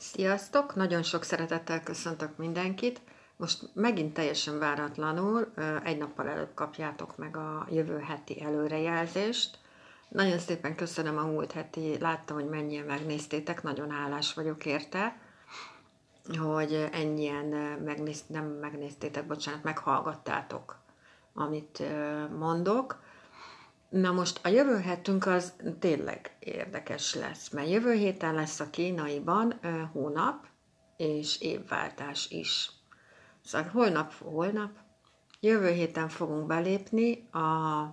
Sziasztok! Nagyon sok szeretettel köszöntök mindenkit. Most megint teljesen váratlanul, egy nappal előbb kapjátok meg a jövő heti előrejelzést. Nagyon szépen köszönöm a múlt heti, láttam, hogy mennyien megnéztétek, nagyon hálás vagyok érte, hogy ennyien nem megnéztétek, bocsánat, meghallgattátok, amit mondok. Na most a jövő hetünk az tényleg érdekes lesz, mert jövő héten lesz a kínaiban hónap és évváltás is. Szóval holnap, jövő héten fogunk belépni a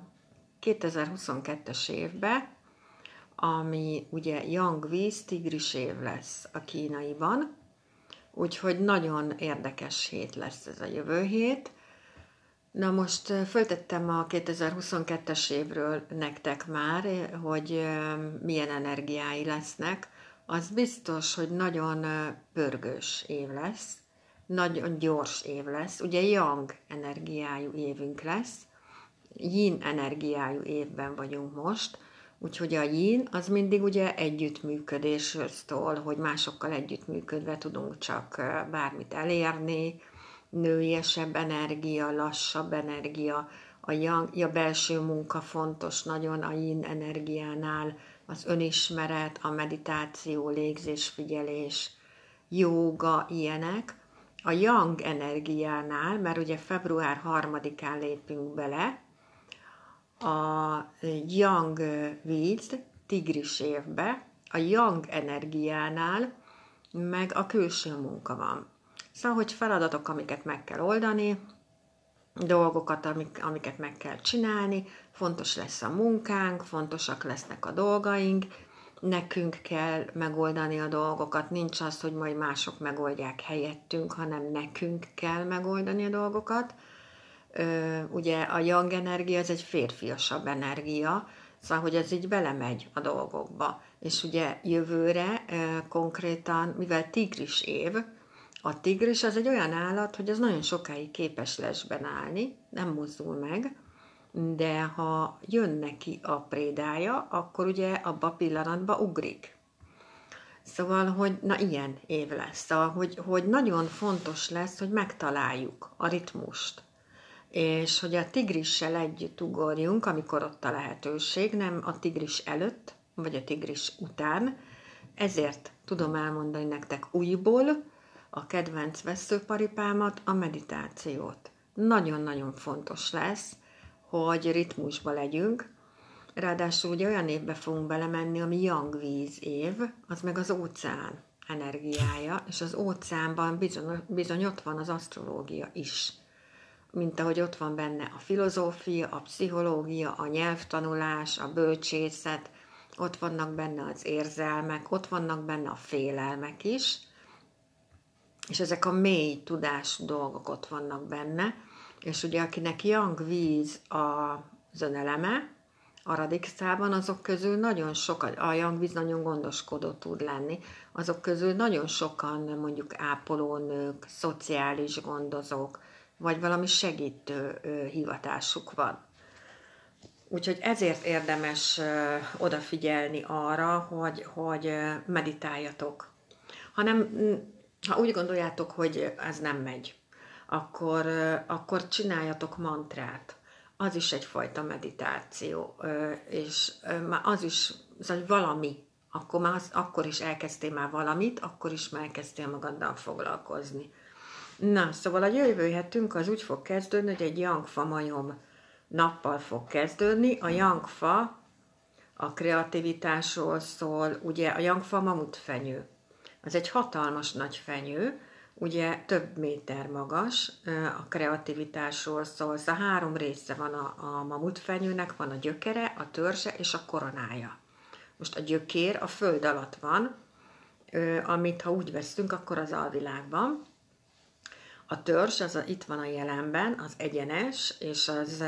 2022-es évbe, ami ugye Yang víz tigris év lesz a kínaiban, úgyhogy nagyon érdekes hét lesz ez a jövő hét. Na most föltettem a 2022-es évről nektek már, hogy milyen energiái lesznek. Az biztos, hogy nagyon pörgős év lesz, nagyon gyors év lesz. Ugye Yang energiájú évünk lesz, Yin energiájú évben vagyunk most, úgyhogy a Yin az mindig ugye együttműködésről szól, hogy másokkal együttműködve tudunk csak bármit elérni, nőiesebb energia, lassabb energia, a belső munka fontos nagyon a yin energiánál, az önismeret, a meditáció, légzésfigyelés, jóga, ilyenek. A yang energiánál, mert ugye február 3-án lépünk bele, a yang víz, tigris évbe, a yang energiánál meg a külső munka van. Szóval, hogy feladatok, amiket meg kell oldani, dolgokat, amiket meg kell csinálni, fontos lesz a munkánk, fontosak lesznek a dolgaink, nekünk kell megoldani a dolgokat, nincs az, hogy majd mások megoldják helyettünk, hanem nekünk kell megoldani a dolgokat. Ugye a yang energia, ez egy férfiasabb energia, szóval, hogy ez így belemegy a dolgokba. És ugye jövőre konkrétan, mivel tigris év, a tigris az egy olyan állat, hogy az nagyon sokáig képes lesben állni, nem mozdul meg, de ha jön neki a prédája, akkor ugye abba a pillanatban ugrik. Szóval, hogy na ilyen év lesz. Szóval, hogy nagyon fontos lesz, hogy megtaláljuk a ritmust. És hogy a tigrissel együtt ugorjunk, amikor ott a lehetőség, nem a tigris előtt, vagy a tigris után. Ezért tudom elmondani nektek újból a kedvenc vesszőparipámat, a meditációt. Nagyon-nagyon fontos lesz, hogy ritmusba legyünk. Ráadásul ugye olyan évbe fogunk belemenni, ami yang víz év, az meg az óceán energiája, és az óceánban bizony ott van az asztrológia is. Mint ahogy ott van benne a filozófia, a pszichológia, a nyelvtanulás, a bölcsészet, ott vannak benne az érzelmek, ott vannak benne a félelmek is, és ezek a mély tudású dolgok ott vannak benne, és ugye akinek yang víz az öneleme, a radixában, azok közül nagyon sokan, a yang víz nagyon gondoskodó tud lenni, azok közül nagyon sokan mondjuk ápolónők, szociális gondozók, vagy valami segítő hivatásuk van. Úgyhogy ezért érdemes odafigyelni arra, hogy meditáljatok. Ha úgy gondoljátok, hogy ez nem megy, akkor csináljatok mantrát. Az is egyfajta meditáció, és az is, hogy valami, akkor is elkezdtél már valamit, akkor is már elkezdtél magaddal foglalkozni. Na, szóval a jövő hetünk az úgy fog kezdődni, hogy egy jangfa majom nappal fog kezdődni. A jangfa a kreativitásról szól, ugye a jangfa mamutfenyő. Az egy hatalmas nagy fenyő, ugye több méter magas, a kreativitásról szól. Szóval 3 része van a mamutfenyőnek, van a gyökere, a törzse és a koronája. Most a gyökér a föld alatt van, amit ha úgy veszünk, akkor az alvilágban. A törzs, itt van a jelenben, az egyenes, és az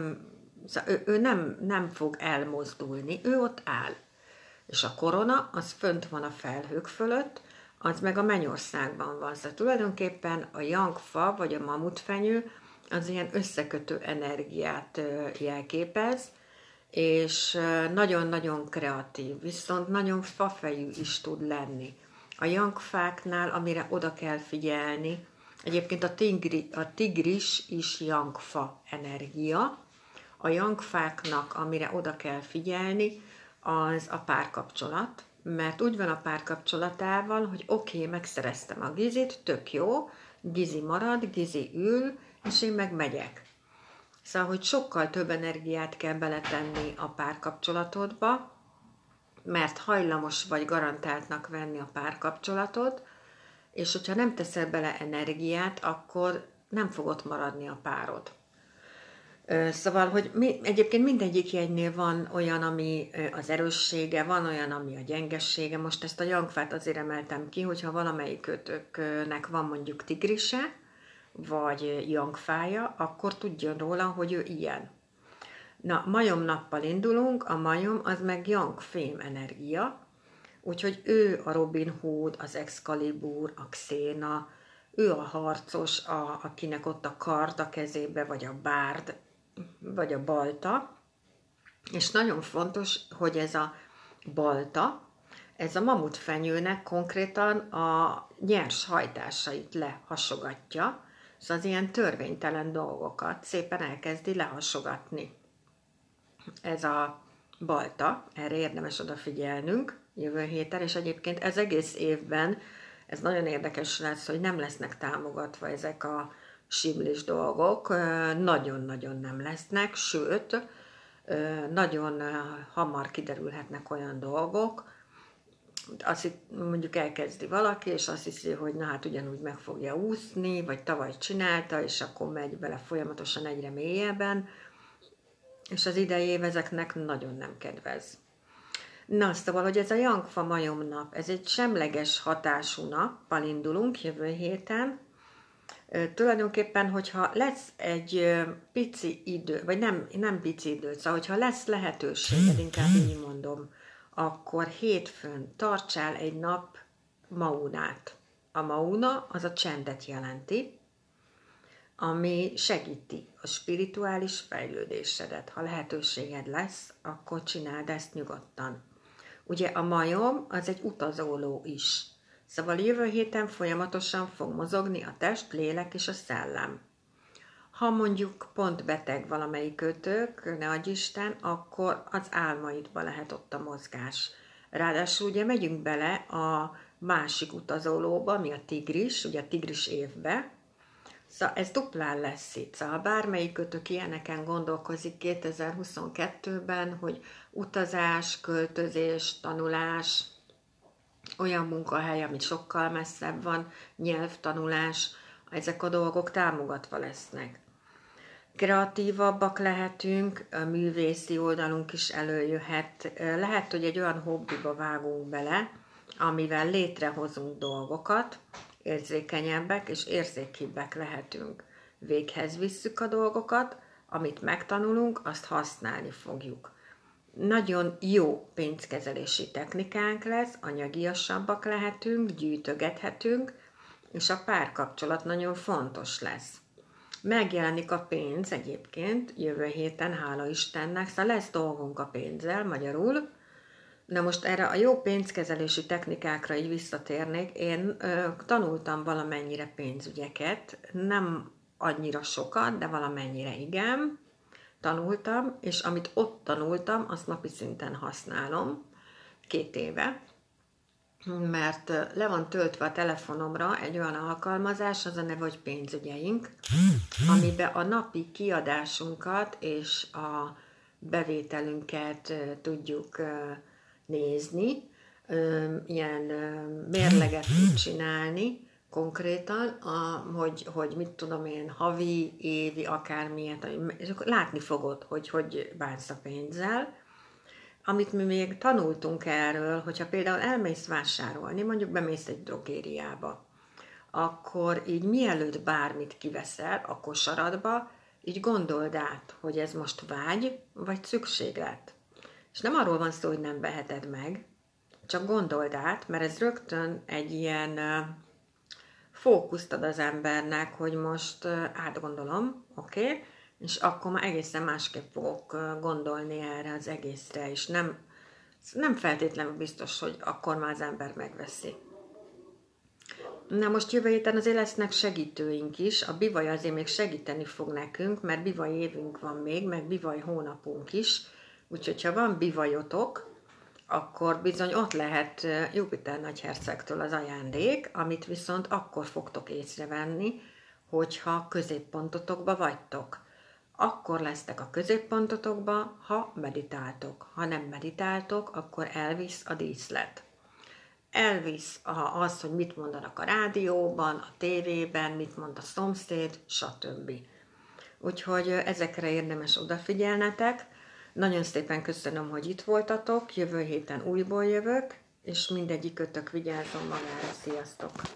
ő nem fog elmozdulni, ő ott áll. És a korona, az fönt van a felhők fölött, az meg a mennyországban van. Szóval tulajdonképpen a jangfa, vagy a mamutfenyő, az ilyen összekötő energiát jelképez, és nagyon-nagyon kreatív, viszont nagyon fafejű is tud lenni. A jangfáknál, amire oda kell figyelni, egyébként a tigris is jangfa energia. A jangfáknak, amire oda kell figyelni, az a párkapcsolat, mert úgy van a párkapcsolatával, hogy oké, megszereztem a Gizit, tök jó, Gizi marad, Gizi ül, és én meg megyek. Szóval, hogy sokkal több energiát kell beletenni a párkapcsolatodba, mert hajlamos vagy garantáltnak venni a párkapcsolatod, és hogyha nem teszel bele energiát, akkor nem fog ott maradni a párod. Szóval, hogy egyébként mindegyik jegynél van olyan, ami az erőssége, van olyan, ami a gyengessége. Most ezt a jangfát azért emeltem ki, hogyha valamelyikőtöknek van mondjuk tigrise, vagy jangfája, akkor tudjon róla, hogy ő ilyen. Na, majom nappal indulunk, a majom az meg jangfém energia, úgyhogy ő a Robin Hood, az Excalibur, a Xena, ő a harcos, akinek ott a kard a kezébe, vagy a bárd, vagy a balta, és nagyon fontos, hogy ez a balta, ez a mamutfenyőnek konkrétan a nyers hajtásait lehasogatja, szóval az ilyen törvénytelen dolgokat szépen elkezdi lehasogatni. Ez a balta, erre érdemes odafigyelnünk jövő héten, és egyébként ez egész évben, ez nagyon érdekes lesz, hogy nem lesznek támogatva ezek a simlis dolgok, nagyon-nagyon nem lesznek, sőt, nagyon hamar kiderülhetnek olyan dolgok, azt mondjuk elkezdi valaki, és azt hiszi, hogy na hát ugyanúgy meg fogja úszni, vagy tavaly csinálta, és akkor megy bele folyamatosan egyre mélyebben, és az idei év ezeknek nagyon nem kedvez. Na, szóval, hogy ez a jangfa majom nap, ez egy semleges hatású nappal indulunk jövő héten. Tulajdonképpen, hogyha lesz egy pici idő, vagy nem pici idő, szóval, hogyha lesz lehetőséged, inkább így mondom, akkor hétfőn tartsál egy nap maunát. A mauna az a csendet jelenti, ami segíti a spirituális fejlődésedet. Ha lehetőséged lesz, akkor csináld ezt nyugodtan. Ugye a majom az egy utazóló is. Szóval jövő héten folyamatosan fog mozogni a test, lélek és a szellem. Ha mondjuk pont beteg valamelyikőtök, ne adj Isten, akkor az álmaidba lehet ott a mozgás. Ráadásul ugye megyünk bele a másik utazólóba, ami a tigris, ugye a tigris évbe. Szóval ez duplán lesz itt. Szóval bármelyikötök ilyeneken gondolkozik 2022-ben, hogy utazás, költözés, tanulás, olyan munkahely, ami sokkal messzebb van, nyelvtanulás, ezek a dolgok támogatva lesznek. Kreatívabbak lehetünk, a művészi oldalunk is előjöhet. Lehet, hogy egy olyan hobbiba vágunk bele, amivel létrehozunk dolgokat, érzékenyebbek és érzékibbek lehetünk. Véghez visszük a dolgokat, amit megtanulunk, azt használni fogjuk. Nagyon jó pénzkezelési technikánk lesz, anyagiasabbak lehetünk, gyűjtögethetünk, és a párkapcsolat nagyon fontos lesz. Megjelenik a pénz egyébként jövő héten, hála Istennek, szóval lesz dolgunk a pénzzel, magyarul. Na most erre a jó pénzkezelési technikákra így visszatérnék. Én tanultam valamennyire pénzügyeket, nem annyira sokat, de valamennyire igen. Tanultam, és amit ott tanultam, azt napi szinten használom 2 éve, mert le van töltve a telefonomra egy olyan alkalmazás, az a neve, hogy pénzügyeink, amiben a napi kiadásunkat és a bevételünket tudjuk nézni, ilyen mérleget tud csinálni konkrétan, hogy mit tudom én, havi, évi, akármilyet, és akkor látni fogod, hogy bánsz a pénzzel. Amit mi még tanultunk erről, hogyha például elmész vásárolni, mondjuk bemész egy drogériába, akkor így mielőtt bármit kiveszel a kosaradba, így gondold át, hogy ez most vágy, vagy szükséglet. És nem arról van szó, hogy nem veheted meg, csak gondold át, mert ez rögtön egy ilyen fókuszt ad az embernek, hogy most átgondolom, oké, és akkor már egészen másképp fogok gondolni erre az egészre, és nem feltétlenül biztos, hogy akkor már az ember megveszi. Na most jövő héten azért lesznek segítőink is. A bivaj azért még segíteni fog nekünk, mert bivaj évünk van még, meg bivaj hónapunk is. Úgyhogy ha van bivajotok, akkor bizony ott lehet Jupiter nagyhercegtől az ajándék, amit viszont akkor fogtok észrevenni, hogyha középpontotokba vagytok. Akkor lesztek a középpontotokba, ha meditáltok. Ha nem meditáltok, akkor elvisz a díszlet. Elvisz az, hogy mit mondanak a rádióban, a tévében, mit mond a szomszéd, stb. Úgyhogy ezekre érdemes odafigyelnetek. Nagyon szépen köszönöm, hogy itt voltatok. Jövő héten újból jövök, és mindegyikötök vigyázzon magára. Sziasztok!